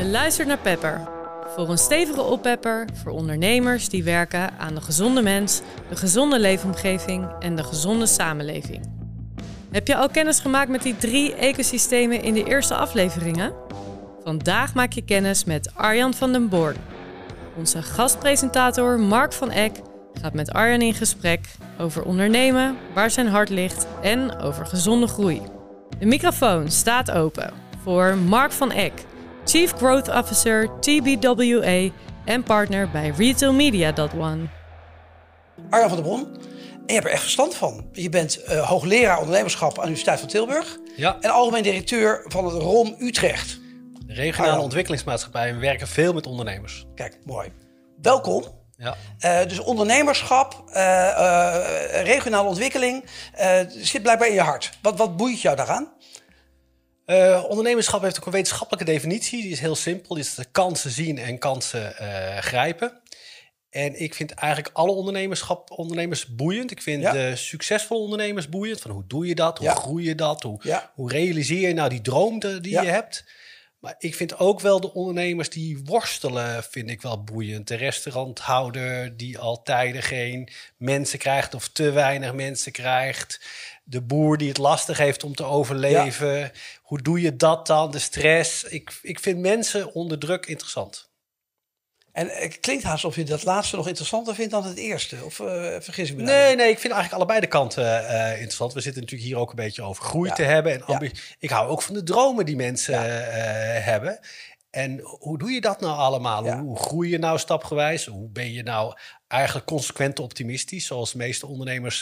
Je luistert naar Pepper. Voor een stevige oppepper voor ondernemers die werken aan de gezonde mens, de gezonde leefomgeving en de gezonde samenleving. Heb je al kennis gemaakt met die 3 ecosystemen in de eerste afleveringen? Vandaag maak je kennis met Arjan van den Born. Onze gastpresentator Mark van Eck gaat met Arjan in gesprek over ondernemen, waar zijn hart ligt en over gezonde groei. De microfoon staat open voor Mark van Eck, Chief Growth Officer TBWA en partner bij Retail Media.one. Arjan van den Born, en je hebt er echt verstand van. Je bent hoogleraar ondernemerschap aan de Universiteit van Tilburg en algemeen directeur van het ROM Utrecht. De regionale ontwikkelingsmaatschappij. We werken veel met ondernemers. Kijk, mooi. Welkom. Ja. Dus ondernemerschap, regionale ontwikkeling, zit blijkbaar in je hart. Wat boeit jou daaraan? Ondernemerschap heeft ook een wetenschappelijke definitie. Die is heel simpel. Die is de kansen zien en kansen grijpen. En ik vind eigenlijk alle ondernemers boeiend. Ik vind de succesvolle ondernemers boeiend. Van hoe doe je dat? Hoe groei je dat? Hoe realiseer je nou die droom die je hebt? Maar ik vind ook wel de ondernemers die worstelen, vind ik wel boeiend. De restauranthouder die al tijden geen mensen krijgt of te weinig mensen krijgt. De boer die het lastig heeft om te overleven. Ja. Hoe doe je dat dan? De stress. Ik vind mensen onder druk interessant. En het klinkt haast alsof je dat laatste nog interessanter vindt dan het eerste. Of vergis ik me? Nee, ik vind eigenlijk allebei de kanten interessant. We zitten natuurlijk hier ook een beetje over groei te hebben. En ik hou ook van de dromen die mensen hebben. En hoe doe je dat nou allemaal? Ja. Hoe groei je nou stapgewijs? Hoe ben je nou eigenlijk consequent optimistisch, zoals de meeste ondernemers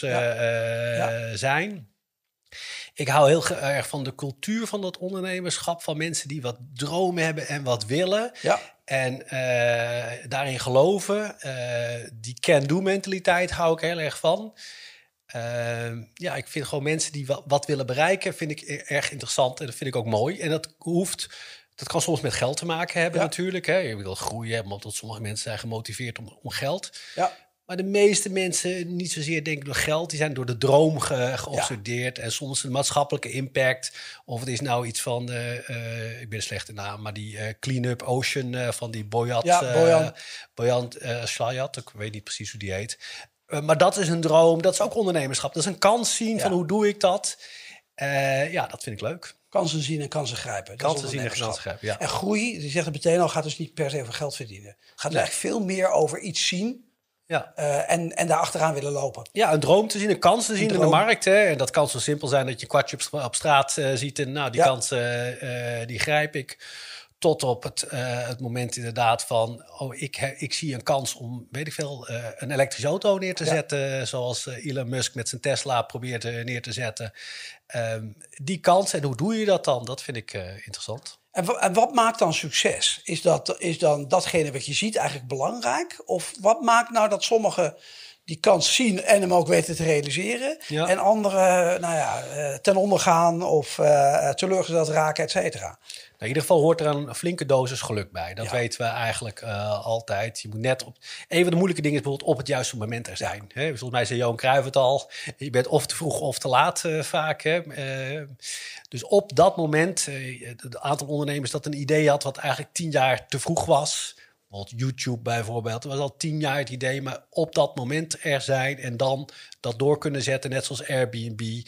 zijn? Ik hou heel erg van de cultuur van dat ondernemerschap. Van mensen die wat dromen hebben en wat willen. Ja. En daarin geloven. Die can-do mentaliteit hou ik heel erg van. Ik vind gewoon mensen die wat willen bereiken, vind ik erg interessant. En dat vind ik ook mooi. En dat kan soms met geld te maken hebben natuurlijk. Hè. Je wil groeien, omdat sommige mensen zijn gemotiveerd om geld. Ja. Maar de meeste mensen niet zozeer denken door geld. Die zijn door de droom geobsedeerd. Ja. En soms een maatschappelijke impact. Of het is nou iets van, ik ben een slechte naam, maar die Clean Up Ocean van die Boyan Slayat. Ik weet niet precies hoe die heet. Maar dat is een droom. Dat is ook ondernemerschap. Dat is een kans zien van hoe doe ik dat. Dat vind ik leuk. Kansen zien en kansen grijpen. Kansen zien en kansen grijpen, ja. En groei, je zegt het meteen al, gaat dus niet per se over geld verdienen. Het gaat eigenlijk veel meer over iets zien. Ja. En daar achteraan willen lopen. Ja, een droom te zien, een kans te zien in de markt. Hè. En dat kan zo simpel zijn dat je een kwartje op straat ziet. En die kans die grijp ik. Tot op het moment inderdaad van, ik zie een kans om, een elektrische auto neer te zetten. Zoals Elon Musk met zijn Tesla probeert neer te zetten. Die kans, en hoe doe je dat dan? Dat vind ik interessant. En wat maakt dan succes? Is dan datgene wat je ziet eigenlijk belangrijk? Of wat maakt nou dat sommigen die kans zien en hem ook weten te realiseren? Ja. En anderen ten onder gaan of teleurgesteld raken, et cetera? In ieder geval hoort er een flinke dosis geluk bij. Dat weten we eigenlijk altijd. Je moet net een van de moeilijke dingen is bijvoorbeeld op het juiste moment er zijn. Ja. Volgens mij zei Johan Cruijff het al. Je bent of te vroeg of te laat vaak. Dus op dat moment, het aantal ondernemers dat een idee had wat eigenlijk 10 jaar te vroeg was. Bijvoorbeeld YouTube bijvoorbeeld. Het was al 10 jaar het idee, maar op dat moment er zijn en dan dat door kunnen zetten, net zoals Airbnb.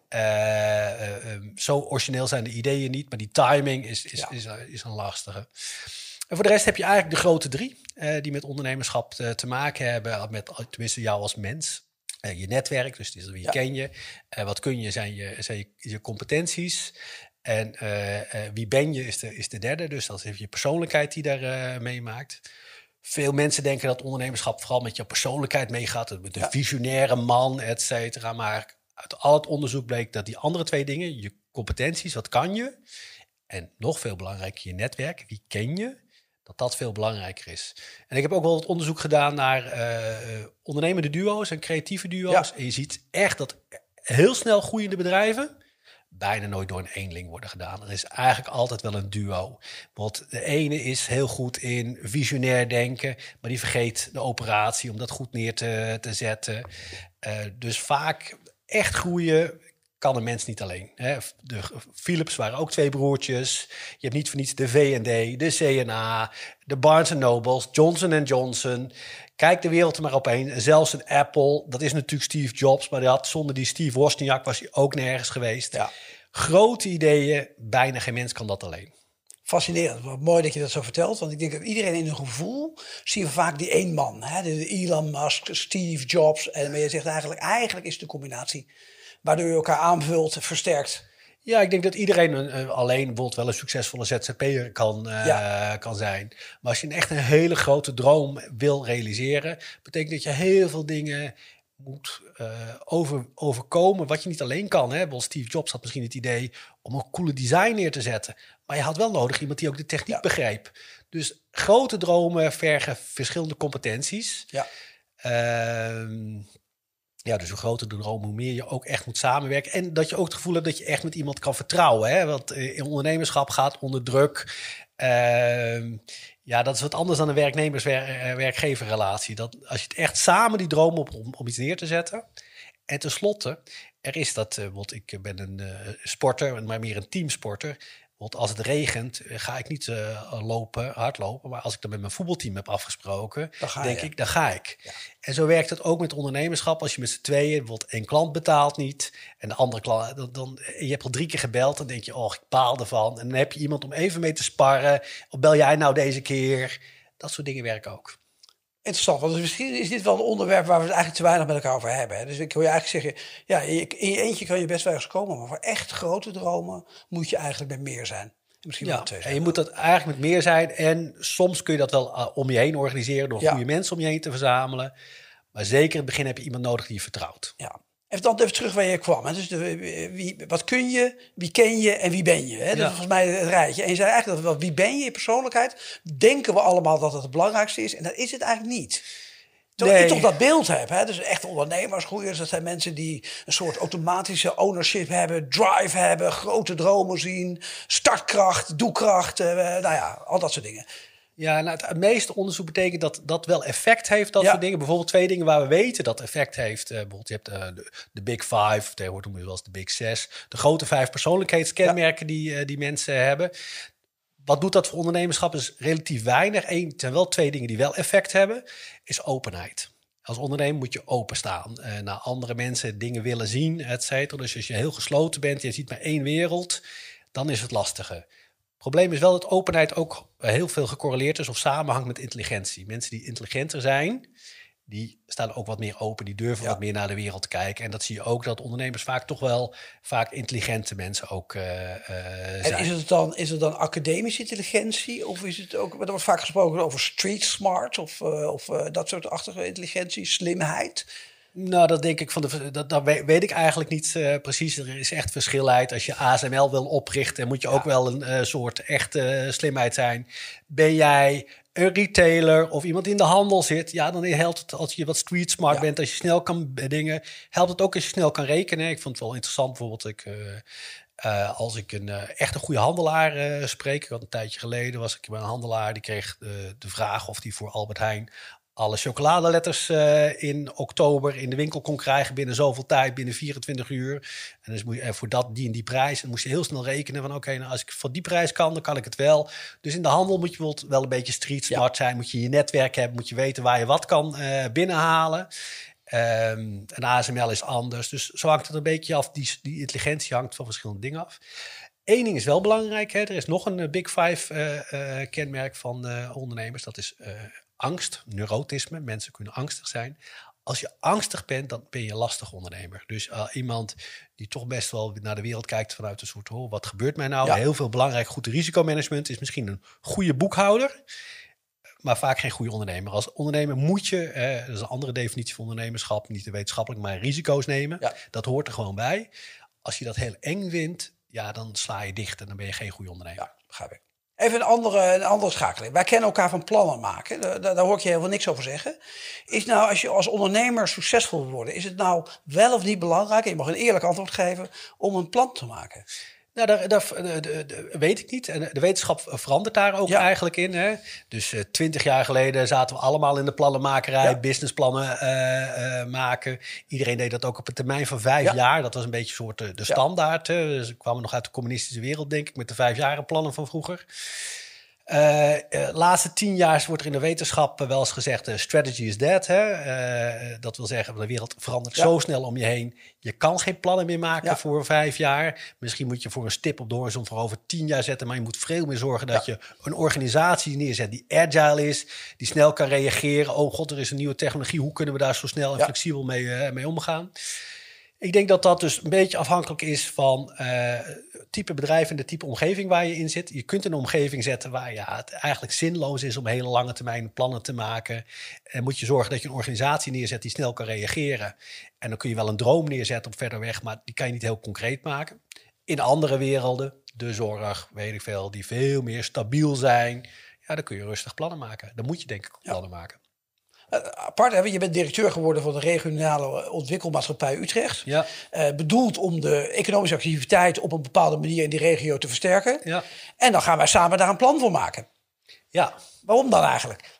Zo origineel zijn de ideeën niet, maar die timing is een lastige. En voor de rest heb je eigenlijk de grote 3 die met ondernemerschap te maken hebben, met tenminste jou als mens. Je netwerk, dus wie ken je. Wat kun je, zijn je competenties. En wie ben je is de derde, dus dat is even je persoonlijkheid die daar meemaakt. Veel mensen denken dat ondernemerschap vooral met je persoonlijkheid meegaat. Met een visionaire man, et cetera. Maar uit al het onderzoek bleek dat die andere 2 dingen, je competenties, wat kan je? En nog veel belangrijker, je netwerk, wie ken je? Dat veel belangrijker is. En ik heb ook wel wat onderzoek gedaan naar ondernemende duo's en creatieve duo's. Ja. En je ziet echt dat heel snel groeiende bedrijven bijna nooit door een eenling worden gedaan. Er is eigenlijk altijd wel een duo. Want de ene is heel goed in visionair denken, maar die vergeet de operatie om dat goed neer te zetten. Dus vaak echt groeien kan een mens niet alleen. Hè. De Philips waren ook 2 broertjes. Je hebt niet voor niets de V&D, de CNA, de Barnes Nobles, Johnson & Johnson. Kijk de wereld er maar opeen. Zelfs een Apple, dat is natuurlijk Steve Jobs, maar zonder die Steve Wozniak was hij ook nergens geweest. Ja. Grote ideeën, bijna geen mens kan dat alleen. Fascinerend. Wat mooi dat je dat zo vertelt. Want ik denk dat iedereen in een gevoel zien we vaak die één man. Hè? De Elon Musk, Steve Jobs. En je zegt eigenlijk is het de combinatie waardoor je elkaar aanvult, versterkt. Ja, ik denk dat iedereen alleen bijvoorbeeld wel een succesvolle ZZP'er kan zijn. Maar als je echt een hele grote droom wil realiseren, betekent dat je heel veel dingen moet overkomen wat je niet alleen kan. Hè? Bijvoorbeeld Steve Jobs had misschien het idee om een coole design neer te zetten. Maar je had wel nodig iemand die ook de techniek begreep. Dus grote dromen vergen verschillende competenties. Ja. Dus hoe groter de droom, hoe meer je ook echt moet samenwerken. En dat je ook het gevoel hebt dat je echt met iemand kan vertrouwen. Hè? Want in ondernemerschap gaat onder druk. Dat is wat anders dan een werknemers-werkgeverrelatie. Dat als je het echt samen die droom om iets neer te zetten. En tenslotte, er is dat, want ik ben een sporter, maar meer een teamsporter. Want als het regent, ga ik niet hardlopen. Maar als ik dan met mijn voetbalteam heb afgesproken, dan ga ik. Ja. En zo werkt het ook met ondernemerschap. Als je met z'n tweeën, bijvoorbeeld één klant betaalt niet. En de andere klant, je hebt al 3 keer gebeld. Dan denk je, ik baal ervan. En dan heb je iemand om even mee te sparren. Of bel jij nou deze keer? Dat soort dingen werken ook. Interessant, want misschien is dit wel een onderwerp waar we het eigenlijk te weinig met elkaar over hebben. Hè? Dus ik wil je eigenlijk zeggen, in je eentje kan je best wel eens komen, maar voor echt grote dromen moet je eigenlijk met meer zijn. En misschien wel 2 zijn. En je moet dat eigenlijk met meer zijn en soms kun je dat wel om je heen organiseren door goede mensen om je heen te verzamelen. Maar zeker in het begin heb je iemand nodig die je vertrouwt. Ja. Even terug waar je kwam. Hè? Dus wat kun je, wie ken je en wie ben je? Hè? Dat is volgens mij het rijtje. En je zei eigenlijk dat wie ben je in persoonlijkheid? Denken we allemaal dat het belangrijkste is. En dat is het eigenlijk niet. Terwijl ik toch dat beeld heb. Hè? Dus echt ondernemersgroeiers. Dat zijn mensen die een soort automatische ownership hebben. Drive hebben. Grote dromen zien. Startkracht, doekracht. Al dat soort dingen. Ja, het meeste onderzoek betekent dat dat wel effect heeft, dat soort dingen. Bijvoorbeeld 2 dingen waar we weten dat effect heeft. Bijvoorbeeld je hebt de Big 5, tegenwoordig noemen we wel eens de Big 6. De grote 5 persoonlijkheidskenmerken die mensen hebben. Wat doet dat voor ondernemerschap? Is relatief weinig. Er zijn wel 2 dingen die wel effect hebben. Is openheid. Als ondernemer moet je openstaan. Naar andere mensen dingen willen zien, et cetera. Dus als je heel gesloten bent, je ziet maar 1 wereld, dan is het lastiger. Het probleem is wel dat openheid ook heel veel gecorreleerd is of samenhangt met intelligentie. Mensen die intelligenter zijn, die staan ook wat meer open, die durven wat meer naar de wereld te kijken. En dat zie je ook, dat ondernemers vaak intelligente mensen ook zijn. En is het dan academische intelligentie? Of is het ook, er wordt vaak gesproken over street smart of dat soort achtige intelligentie, slimheid? Nou, dat denk ik dat weet ik eigenlijk niet precies. Er is echt verschilheid. Als je ASML wil oprichten, moet je ook wel een soort echte slimheid zijn. Ben jij een retailer of iemand die in de handel zit? Ja, dan helpt het als je wat street smart bent, als je snel kan dingen. Helpt het ook als je snel kan rekenen. Ik vond het wel interessant bijvoorbeeld. Als ik echt een goede handelaar spreek. Ik had een tijdje geleden was ik bij een handelaar. Die kreeg de vraag of die voor Albert Heijn alle chocoladeletters in oktober in de winkel kon krijgen binnen zoveel tijd, binnen 24 uur. En dus moet je voor die en die prijs. En moest je heel snel rekenen van oké, als ik voor die prijs kan, dan kan ik het wel. Dus in de handel moet je bijvoorbeeld wel een beetje street smart zijn. Moet je je netwerk hebben, moet je weten waar je wat kan binnenhalen. En ASML is anders. Dus zo hangt het een beetje af. Die intelligentie hangt van verschillende dingen af. Eén ding is wel belangrijk. Hè? Er is nog een Big 5 kenmerk van ondernemers. Dat is angst, neurotisme. Mensen kunnen angstig zijn. Als je angstig bent, dan ben je een lastig ondernemer. Dus iemand die toch best wel naar de wereld kijkt vanuit een soort, wat gebeurt mij nou? Ja. Heel veel belangrijk, goed risicomanagement is misschien een goede boekhouder, maar vaak geen goede ondernemer. Als ondernemer moet je, dat is een andere definitie van ondernemerschap, niet wetenschappelijk, maar risico's nemen. Ja. Dat hoort er gewoon bij. Als je dat heel eng vindt, ja, dan sla je dicht en dan ben je geen goede ondernemer. Ja, begrijp ik. Even een andere schakeling. Wij kennen elkaar van plannen maken. Daar hoor ik je helemaal niks over zeggen. Is nou, als je als ondernemer succesvol wil worden, is het nou wel of niet belangrijk, en je mag een eerlijk antwoord geven, om een plan te maken? Nou, dat weet ik niet. En de wetenschap verandert daar ook eigenlijk in. Hè? Dus 20 jaar geleden zaten we allemaal in de plannenmakerij, businessplannen maken. Iedereen deed dat ook op een termijn van 5 jaar. Dat was een beetje soort de standaard. Dus we kwamen nog uit de communistische wereld, denk ik, met de 5-jarenplannen van vroeger. De laatste 10 jaar wordt er in de wetenschap wel eens gezegd, strategy is dead. Hè? Dat wil zeggen, de wereld verandert zo snel om je heen. Je kan geen plannen meer maken voor 5 jaar. Misschien moet je voor een stip op de horizon voor over 10 jaar zetten. Maar je moet veel meer zorgen dat je een organisatie neerzet die agile is. Die snel kan reageren. Oh god, er is een nieuwe technologie. Hoe kunnen we daar zo snel en flexibel mee omgaan? Ik denk dat dat dus een beetje afhankelijk is van type bedrijf en de type omgeving waar je in zit. Je kunt een omgeving zetten waar het eigenlijk zinloos is om hele lange termijn plannen te maken. En moet je zorgen dat je een organisatie neerzet die snel kan reageren. En dan kun je wel een droom neerzetten op verder weg, maar die kan je niet heel concreet maken. In andere werelden, de zorg, weet ik veel, die veel meer stabiel zijn. Ja, dan kun je rustig plannen maken. Dan moet je denk ik ook plannen maken. Apart, hè? Je bent directeur geworden van de regionale ontwikkelmaatschappij Utrecht. Ja. Bedoeld om de economische activiteit op een bepaalde manier in die regio te versterken. Ja. En dan gaan wij samen daar een plan voor maken. Ja. Waarom dan eigenlijk?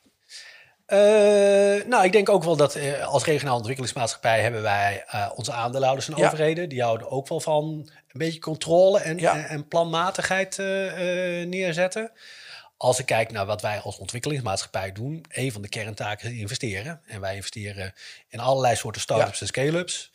Nou, ik denk ook wel dat als regionale ontwikkelingsmaatschappij hebben wij onze aandeelhouders en overheden. Die houden ook wel van een beetje controle en planmatigheid neerzetten. Als ik kijk naar wat wij als ontwikkelingsmaatschappij doen, een van de kerntaken is investeren. En wij investeren in allerlei soorten start-ups en scale-ups.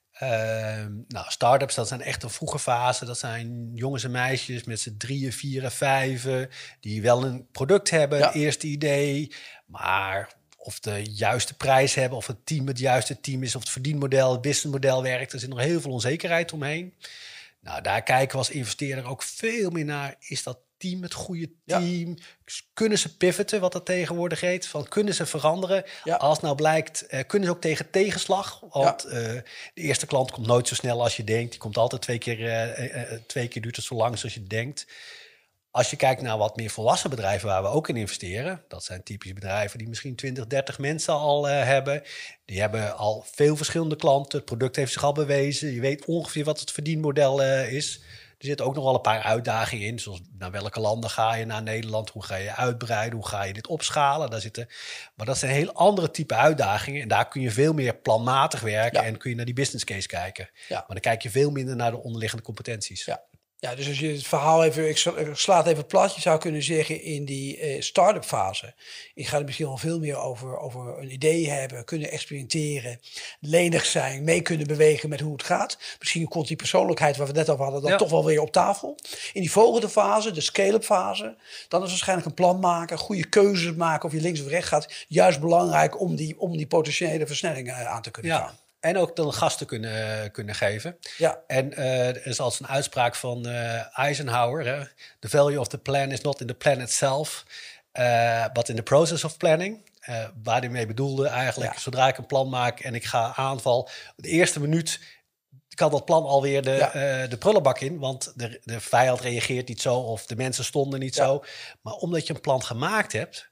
Start-ups, dat zijn echt een vroege fase. Dat zijn jongens en meisjes met z'n 3, 4, 5, die wel een product hebben, een eerste idee. Maar of de juiste prijs hebben, of het team het juiste team is, of het verdienmodel, het businessmodel werkt. Er zit nog heel veel onzekerheid omheen. Nou, daar kijken we als investeerder ook veel meer naar. Is dat team het goede team? Ja. Kunnen ze pivoten, wat dat tegenwoordig heet? Van, kunnen ze veranderen? Ja. Als nou blijkt, kunnen ze ook tegen tegenslag? Want de eerste klant komt nooit zo snel als je denkt. Die komt altijd 2 keer duurt het zo lang als je denkt. Als je kijkt naar wat meer volwassen bedrijven waar we ook in investeren. Dat zijn typische bedrijven die misschien 20, 30 mensen al hebben. Die hebben al veel verschillende klanten. Het product heeft zich al bewezen. Je weet ongeveer wat het verdienmodel is. Er zitten ook nog wel een paar uitdagingen in. Zoals naar welke landen ga je, naar Nederland? Hoe ga je uitbreiden? Hoe ga je dit opschalen? Maar dat zijn heel andere type uitdagingen. En daar kun je veel meer planmatig werken. En kun je naar die business case kijken. Ja. Maar dan kijk je veel minder naar de onderliggende competenties. Ja, dus als je het verhaal even, ik sla het even plat, je zou kunnen zeggen in die start-up fase. Ik ga er misschien wel veel meer over een idee hebben, kunnen experimenteren, lenig zijn, mee kunnen bewegen met hoe het gaat. Misschien komt die persoonlijkheid waar we het net over hadden dan toch wel weer op tafel. In die volgende fase, de scale-up fase, dan is waarschijnlijk een plan maken, goede keuzes maken of je links of rechts gaat. Juist belangrijk om die potentiële versnelling aan te kunnen gaan. En ook dan gas te kunnen geven. Ja. En er is als een uitspraak van Eisenhower. Hè? The value of the plan is not in the plan itself, but in the process of planning. Waar hij mee bedoelde eigenlijk, zodra ik een plan maak en ik ga aanval, de eerste minuut kan dat plan alweer de prullenbak in. Want de vijand reageert niet zo of de mensen stonden niet zo. Maar omdat je een plan gemaakt hebt,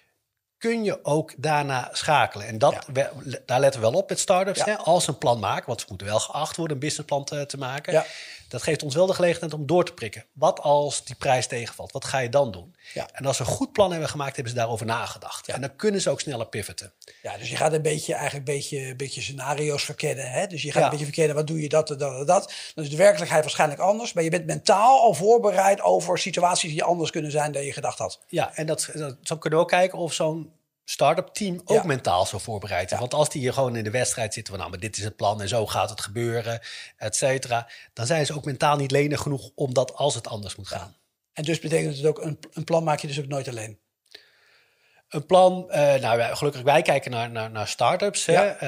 kun je ook daarna schakelen. En daar letten we wel op met start-ups. Ja. Hè? Als ze een plan maken, want ze moeten wel geacht worden een businessplan te maken. Ja. Dat geeft ons wel de gelegenheid om door te prikken. Wat als die prijs tegenvalt? Wat ga je dan doen? Ja. En als ze een goed plan hebben gemaakt, hebben ze daarover nagedacht. Ja. En dan kunnen ze ook sneller pivoten. Ja, dus je gaat een beetje scenario's verkennen. Hè? Dus je gaat een beetje verkennen, wat doe je dat. Dan is de werkelijkheid waarschijnlijk anders. Maar je bent mentaal al voorbereid over situaties die anders kunnen zijn dan je gedacht had. Ja, en zo kunnen we ook kijken of zo'n start-up team ook mentaal zo voorbereid is. Want als die hier gewoon in de wedstrijd zitten van, maar dit is het plan en zo gaat het gebeuren, et cetera, dan zijn ze ook mentaal niet lenig genoeg om dat als het anders moet gaan. En dus betekent het ook, een plan maak je dus ook nooit alleen? Een plan, gelukkig wij kijken naar start-ups,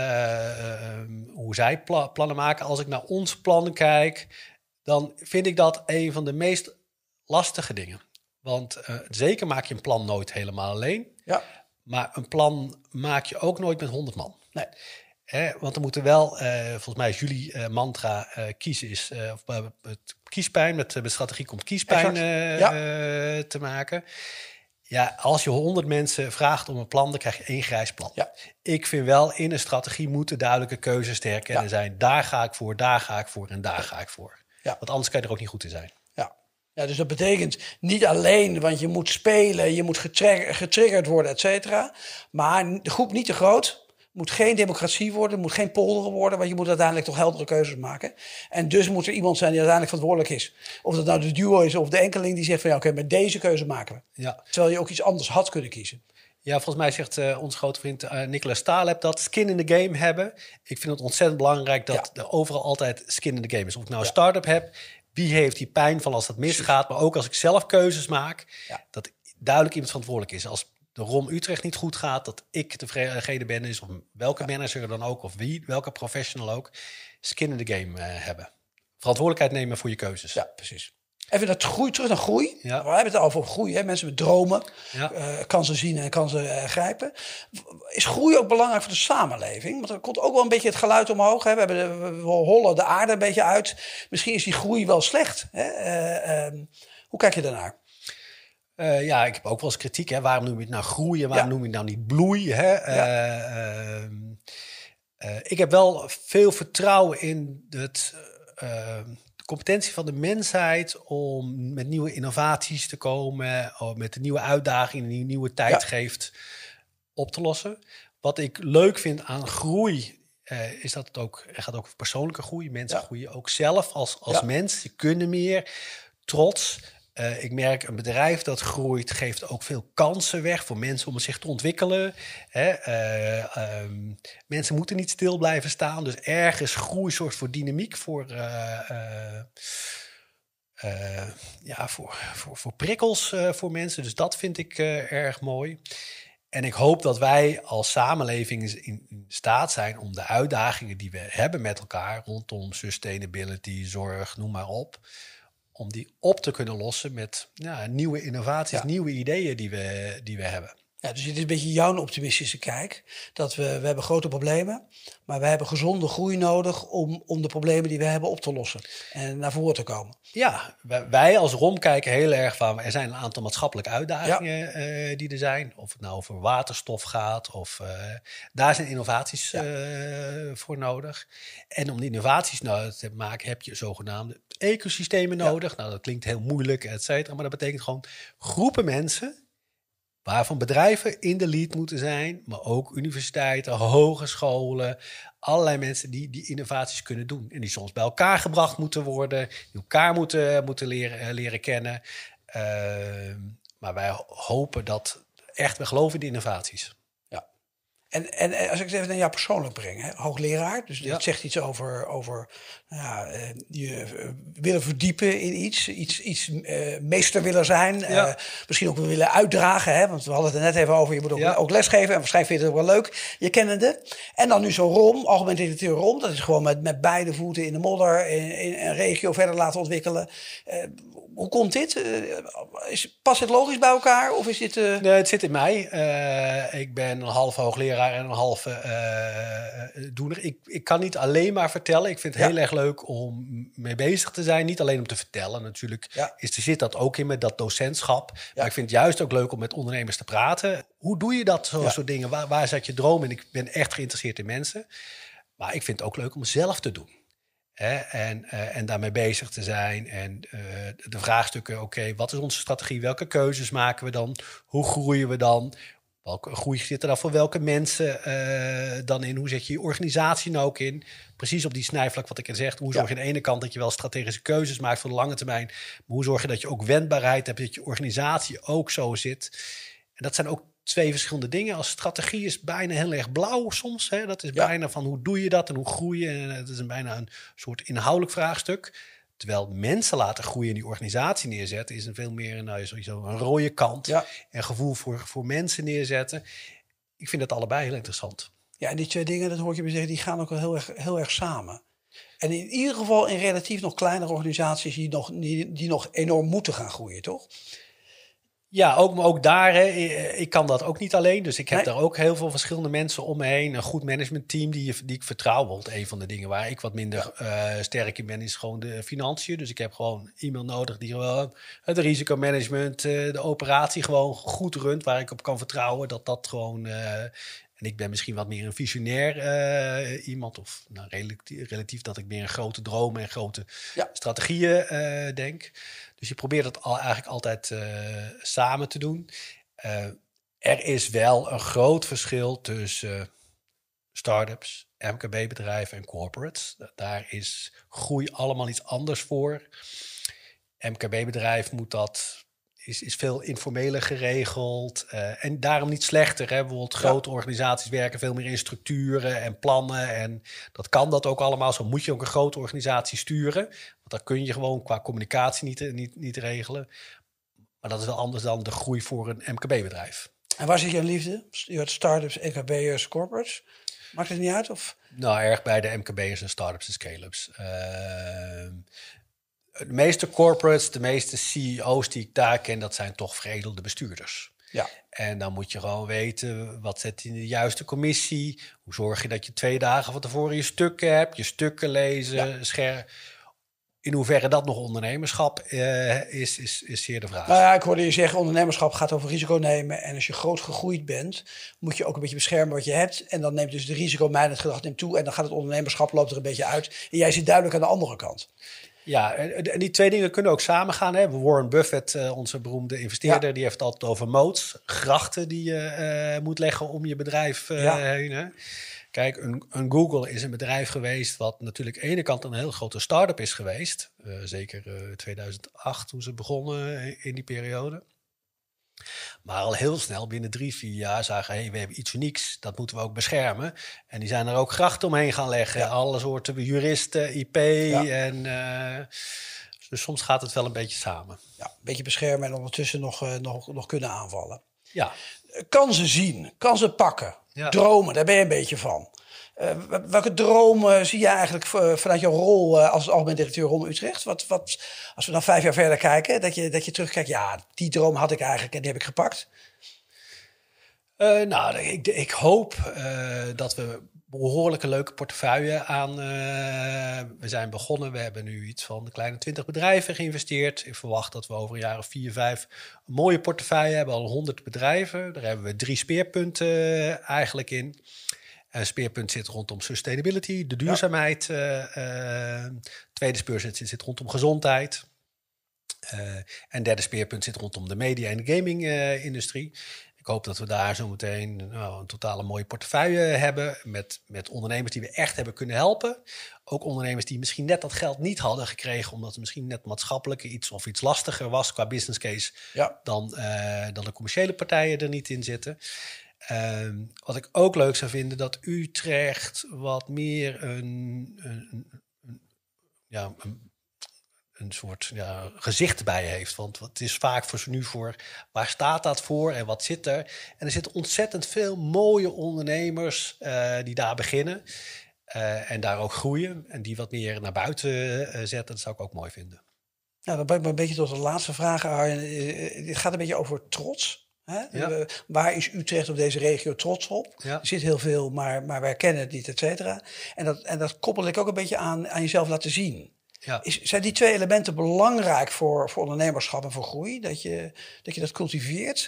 hoe zij plannen maken. Als ik naar ons plan kijk, dan vind ik dat een van de meest lastige dingen. Want zeker maak je een plan nooit helemaal alleen. Ja. Maar een plan maak je ook nooit met 100 man. Nee. Want er moeten wel, volgens mij is jullie mantra, kiezen is het kiespijn. Met strategie komt kiespijn te maken. Ja, als je 100 mensen vraagt om een plan, dan krijg je 1 grijs plan. Ja. Ik vind wel, in een strategie moeten duidelijke keuzes te herkennen zijn. Daar ga ik voor, daar ga ik voor en daar ga ik voor. Ja. Want anders kan je er ook niet goed in zijn. Ja, dus dat betekent niet alleen, want je moet spelen, je moet getriggerd worden, et cetera. Maar de groep niet te groot, moet geen democratie worden, moet geen polderen worden, want je moet uiteindelijk toch heldere keuzes maken. En dus moet er iemand zijn die uiteindelijk verantwoordelijk is. Of dat nou de duo is of de enkeling die zegt van ja, oké, met deze keuze maken we. Ja. Terwijl je ook iets anders had kunnen kiezen. Ja, volgens mij zegt onze grote vriend Nicolas Taleb dat skin in the game hebben. Ik vind het ontzettend belangrijk dat er overal altijd skin in the game is. Of ik nou een start-up heb, wie heeft die pijn van als dat misgaat, maar ook als ik zelf keuzes maak, dat duidelijk iemand verantwoordelijk is. Als de ROM Utrecht niet goed gaat, dat ik degene ben, is of welke manager dan ook, of welke professional ook, skin in the game hebben. Verantwoordelijkheid nemen voor je keuzes. Ja, precies. Even terug naar groei. Ja. We hebben het al over groei. Hè? Mensen met dromen, kansen zien en kansen grijpen. Is groei ook belangrijk voor de samenleving? Want er komt ook wel een beetje het geluid omhoog. Hè? We hollen de aarde een beetje uit. Misschien is die groei wel slecht. Hè? Hoe kijk je daarnaar? Ik heb ook wel eens kritiek. Hè? Waarom noem je het nou groeien? Waarom noem je het nou niet bloei? Hè? Ik heb wel veel vertrouwen in het... competentie van de mensheid om met nieuwe innovaties te komen, met de nieuwe uitdagingen die een nieuwe tijdgeest op te lossen. Wat ik leuk vind aan groei, is dat het gaat ook over persoonlijke groei. Mensen groeien ook zelf als mens. Ze kunnen meer. Trots. Ik merk een bedrijf dat groeit, geeft ook veel kansen weg voor mensen om zich te ontwikkelen. Mensen moeten niet stil blijven staan. Dus ergens groei zorgt voor dynamiek, voor prikkels voor mensen. Dus dat vind ik erg mooi. En ik hoop dat wij als samenleving in staat zijn om de uitdagingen die we hebben met elkaar rondom sustainability, zorg, noem maar op, om die op te kunnen lossen met nieuwe innovaties, nieuwe ideeën die we hebben. Ja, dus het is een beetje jouw optimistische kijk. Dat we hebben grote problemen, maar we hebben gezonde groei nodig om de problemen die we hebben op te lossen en naar voren te komen. Ja, wij als ROM kijken heel erg van, er zijn een aantal maatschappelijke uitdagingen die er zijn. Of het nou over waterstof gaat, of daar zijn innovaties voor nodig. En om die innovaties nou te maken, heb je zogenaamde ecosystemen nodig. Nou, dat klinkt heel moeilijk, et cetera, maar dat betekent gewoon groepen mensen waarvan bedrijven in de lead moeten zijn, maar ook universiteiten, hogescholen, allerlei mensen die innovaties kunnen doen. En die soms bij elkaar gebracht moeten worden, die elkaar moeten leren kennen. Maar wij hopen dat echt, we geloven in die innovaties. Ja. En als ik het even naar jou persoonlijk breng, hè? Hoogleraar, dus dat zegt iets over je willen verdiepen in iets meester willen zijn, misschien ook willen uitdragen, hè? Want we hadden het er net even over, je moet ook lesgeven en waarschijnlijk vind je het ook wel leuk, je kennende. En dan nu zo'n ROM, algemeen directeur ROM, dat is gewoon met beide voeten in de modder, in een regio verder laten ontwikkelen. Hoe komt dit? Past het logisch bij elkaar? Of is dit? Nee, het zit in mij. Ik ben een half hoogleraar en een halve doener. Ik kan niet alleen maar vertellen. Ik vind het heel erg leuk om mee bezig te zijn. Niet alleen om te vertellen. Natuurlijk zit dat ook in met dat docentschap. Maar ik vind het juist ook leuk om met ondernemers te praten. Hoe doe je dat, zo'n soort dingen? Waar zat je droom in? Ik ben echt geïnteresseerd in mensen. Maar ik vind het ook leuk om zelf te doen. En daarmee bezig te zijn. En de vraagstukken, oké, wat is onze strategie? Welke keuzes maken we dan? Hoe groeien we dan? Welke groei zit er dan voor welke mensen dan in? Hoe zet je je organisatie nou ook in? Precies op die snijvlak wat ik al zeg. Hoe zorg je aan de ene kant dat je wel strategische keuzes maakt voor de lange termijn. Maar hoe zorg je dat je ook wendbaarheid hebt, dat je organisatie ook zo zit? En dat zijn ook twee verschillende dingen. Als strategie is bijna heel erg blauw soms. Hè? Dat is bijna van hoe doe je dat en hoe groei je. En het is bijna een soort inhoudelijk vraagstuk. Terwijl mensen laten groeien en die organisatie neerzetten, is een veel meer sowieso een rode kant. En gevoel voor mensen neerzetten. Ik vind dat allebei heel interessant. Ja, en die twee dingen, dat hoor ik je me zeggen, die gaan ook wel heel erg samen. En in ieder geval in relatief nog kleinere organisaties die nog enorm moeten gaan groeien, toch? Ja, ook daar, hè, ik kan dat ook niet alleen. Dus ik heb daar ook heel veel verschillende mensen om me heen. Een goed managementteam die ik vertrouw. Bijvoorbeeld een van de dingen waar ik wat minder sterk in ben, is gewoon de financiën. Dus ik heb gewoon iemand nodig die gewoon het risicomanagement, de operatie gewoon goed runt. Waar ik op kan vertrouwen dat gewoon En ik ben misschien wat meer een visionair iemand. Of relatief dat ik meer een grote dromen en grote strategieën denk. Dus je probeert het eigenlijk altijd samen te doen. Er is wel een groot verschil tussen start-ups, MKB-bedrijven en corporates. Daar is groei allemaal iets anders voor. MKB-bedrijf is veel informeler geregeld. En daarom niet slechter. Hè? Bijvoorbeeld grote organisaties werken veel meer in structuren en plannen. En dat kan dat ook allemaal. Zo moet je ook een grote organisatie sturen. Want dat kun je gewoon qua communicatie niet regelen. Maar dat is wel anders dan de groei voor een MKB-bedrijf. En waar zit je aan liefde? Je had start-ups, MKB'ers, corporates. Maakt het niet uit? Of? Nou, erg bij de MKB'ers en start-ups en scale-ups. De meeste corporates, de meeste CEO's die ik daar ken, dat zijn toch veredelde bestuurders. Ja. En dan moet je gewoon weten, wat zet je in de juiste commissie? Hoe zorg je dat je 2 dagen van tevoren je stukken hebt, je stukken lezen, In hoeverre dat nog ondernemerschap is zeer de vraag. Nou ja, ik hoorde je zeggen, ondernemerschap gaat over risico nemen. En als je groot gegroeid bent, moet je ook een beetje beschermen wat je hebt. En dan neemt dus de risicomijdend gedrag toe. En dan gaat het ondernemerschap loopt er een beetje uit. En jij zit duidelijk aan de andere kant. Ja, en die 2 dingen kunnen ook samengaan. Hè? Warren Buffett, onze beroemde investeerder, die heeft het altijd over moats. Grachten die je moet leggen om je bedrijf heen. Hè? Kijk, een Google is een bedrijf geweest wat natuurlijk aan de ene kant een heel grote start-up is geweest. Zeker 2008 toen ze begonnen in die periode. Maar al heel snel, binnen 3-4 jaar, zagen we hebben iets unieks. Dat moeten we ook beschermen. En die zijn er ook grachten omheen gaan leggen. Ja. Alle soorten juristen, IP. Ja. Dus soms gaat het wel een beetje samen. Ja, een beetje beschermen en ondertussen nog kunnen aanvallen. Ja. Kansen zien, kansen pakken, dromen, daar ben je een beetje van. Welke dromen zie je eigenlijk vanuit jouw rol als algemeen directeur Ronde Utrecht? Als we dan 5 jaar verder kijken, dat je terugkijkt, ja, die droom had ik eigenlijk en die heb ik gepakt. Ik hoop dat we behoorlijke leuke portefeuille aan... we zijn begonnen, we hebben nu iets van de kleine 20 bedrijven geïnvesteerd. Ik verwacht dat we over een jaar of 4-5 een mooie portefeuille hebben, al 100 bedrijven. Daar hebben we 3 speerpunten eigenlijk in. Een speerpunt zit rondom sustainability, de duurzaamheid. Tweede speerpunt zit rondom gezondheid. En derde speerpunt zit rondom de media en de gaming-industrie. Ik hoop dat we daar zo meteen een totale mooie portefeuille hebben met ondernemers die we echt hebben kunnen helpen. Ook ondernemers die misschien net dat geld niet hadden gekregen, omdat het misschien net maatschappelijk iets lastiger was qua business case dan de commerciële partijen er niet in zitten. Wat ik ook leuk zou vinden, dat Utrecht wat meer een soort gezicht erbij heeft. Want het is vaak voor waar staat dat voor en wat zit er? En er zitten ontzettend veel mooie ondernemers die daar beginnen en daar ook groeien. En die wat meer naar buiten zetten, dat zou ik ook mooi vinden. Nou, dan ben ik me een beetje tot de laatste vraag, Arjen. Het gaat een beetje over trots. Ja. Waar is Utrecht of deze regio trots op? Ja. Er zit heel veel, maar wij kennen het niet, et cetera. En dat koppel ik ook een beetje aan jezelf laten zien. Ja. Zijn die 2 elementen belangrijk voor ondernemerschap en voor groei? Dat je dat cultiveert?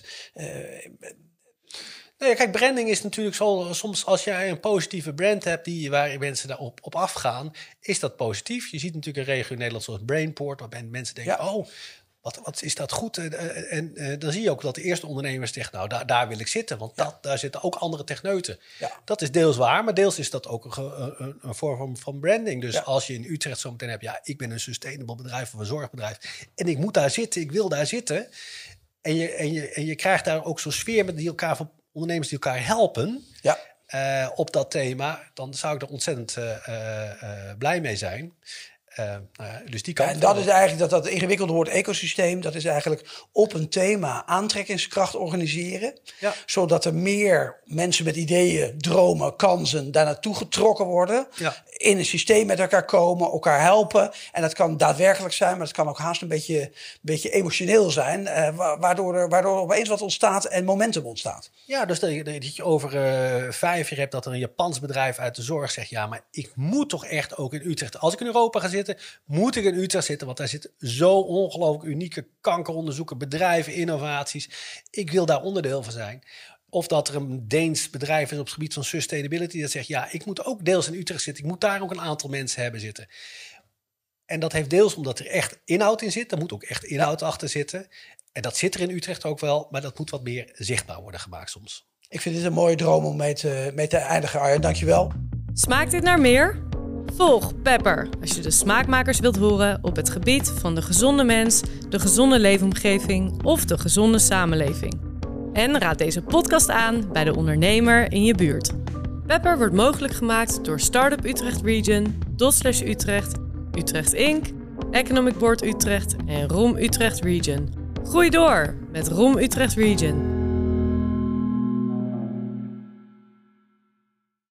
Nee, kijk, branding is natuurlijk zo. Soms als jij een positieve brand hebt waar mensen daarop op afgaan, is dat positief. Je ziet natuurlijk een regio in Nederland zoals Brainport, waar mensen denken, wat is dat goed? En dan zie je ook dat de eerste ondernemers zeggen, nou, daar wil ik zitten. Want daar zitten ook andere techneuten. Ja. Dat is deels waar, maar deels is dat ook een vorm van branding. Dus als je in Utrecht zo meteen hebt, ik ben een sustainable bedrijf of een zorgbedrijf. En ik moet daar zitten, ik wil daar zitten. En je krijgt daar ook zo'n sfeer met van ondernemers die elkaar helpen op dat thema. Dan zou ik er ontzettend blij mee zijn. Dus die kant. En dat is eigenlijk dat ingewikkelde woord ecosysteem. Dat is eigenlijk op een thema aantrekkingskracht organiseren. Ja. Zodat er meer mensen met ideeën, dromen, kansen daar naartoe getrokken worden. Ja. In een systeem met elkaar komen, elkaar helpen. En dat kan daadwerkelijk zijn, maar het kan ook haast een beetje emotioneel zijn. Waardoor opeens wat ontstaat en momentum ontstaat. Ja, dus dat je over 5 jaar hebt dat er een Japans bedrijf uit de zorg zegt, ja, maar ik moet toch echt ook in Utrecht. Als ik in Europa ga zitten, moet ik in Utrecht zitten. Want daar zitten zo ongelooflijk unieke kankeronderzoeken, bedrijven, innovaties. Ik wil daar onderdeel van zijn. Of dat er een Deens bedrijf is op het gebied van sustainability dat zegt, ja, ik moet ook deels in Utrecht zitten. Ik moet daar ook een aantal mensen hebben zitten. En dat heeft deels omdat er echt inhoud in zit. Er moet ook echt inhoud achter zitten. En dat zit er in Utrecht ook wel, maar dat moet wat meer zichtbaar worden gemaakt soms. Ik vind dit een mooie droom om mee te eindigen, Arjen. Dankjewel. Smaakt dit naar meer? Volg Pepper als je de smaakmakers wilt horen op het gebied van de gezonde mens, de gezonde leefomgeving of de gezonde samenleving. En raad deze podcast aan bij de ondernemer in je buurt. Pepper wordt mogelijk gemaakt door Startup Utrecht Region, /Utrecht, Utrecht Inc., Economic Board Utrecht en ROM Utrecht Region. Groei door met ROM Utrecht Region.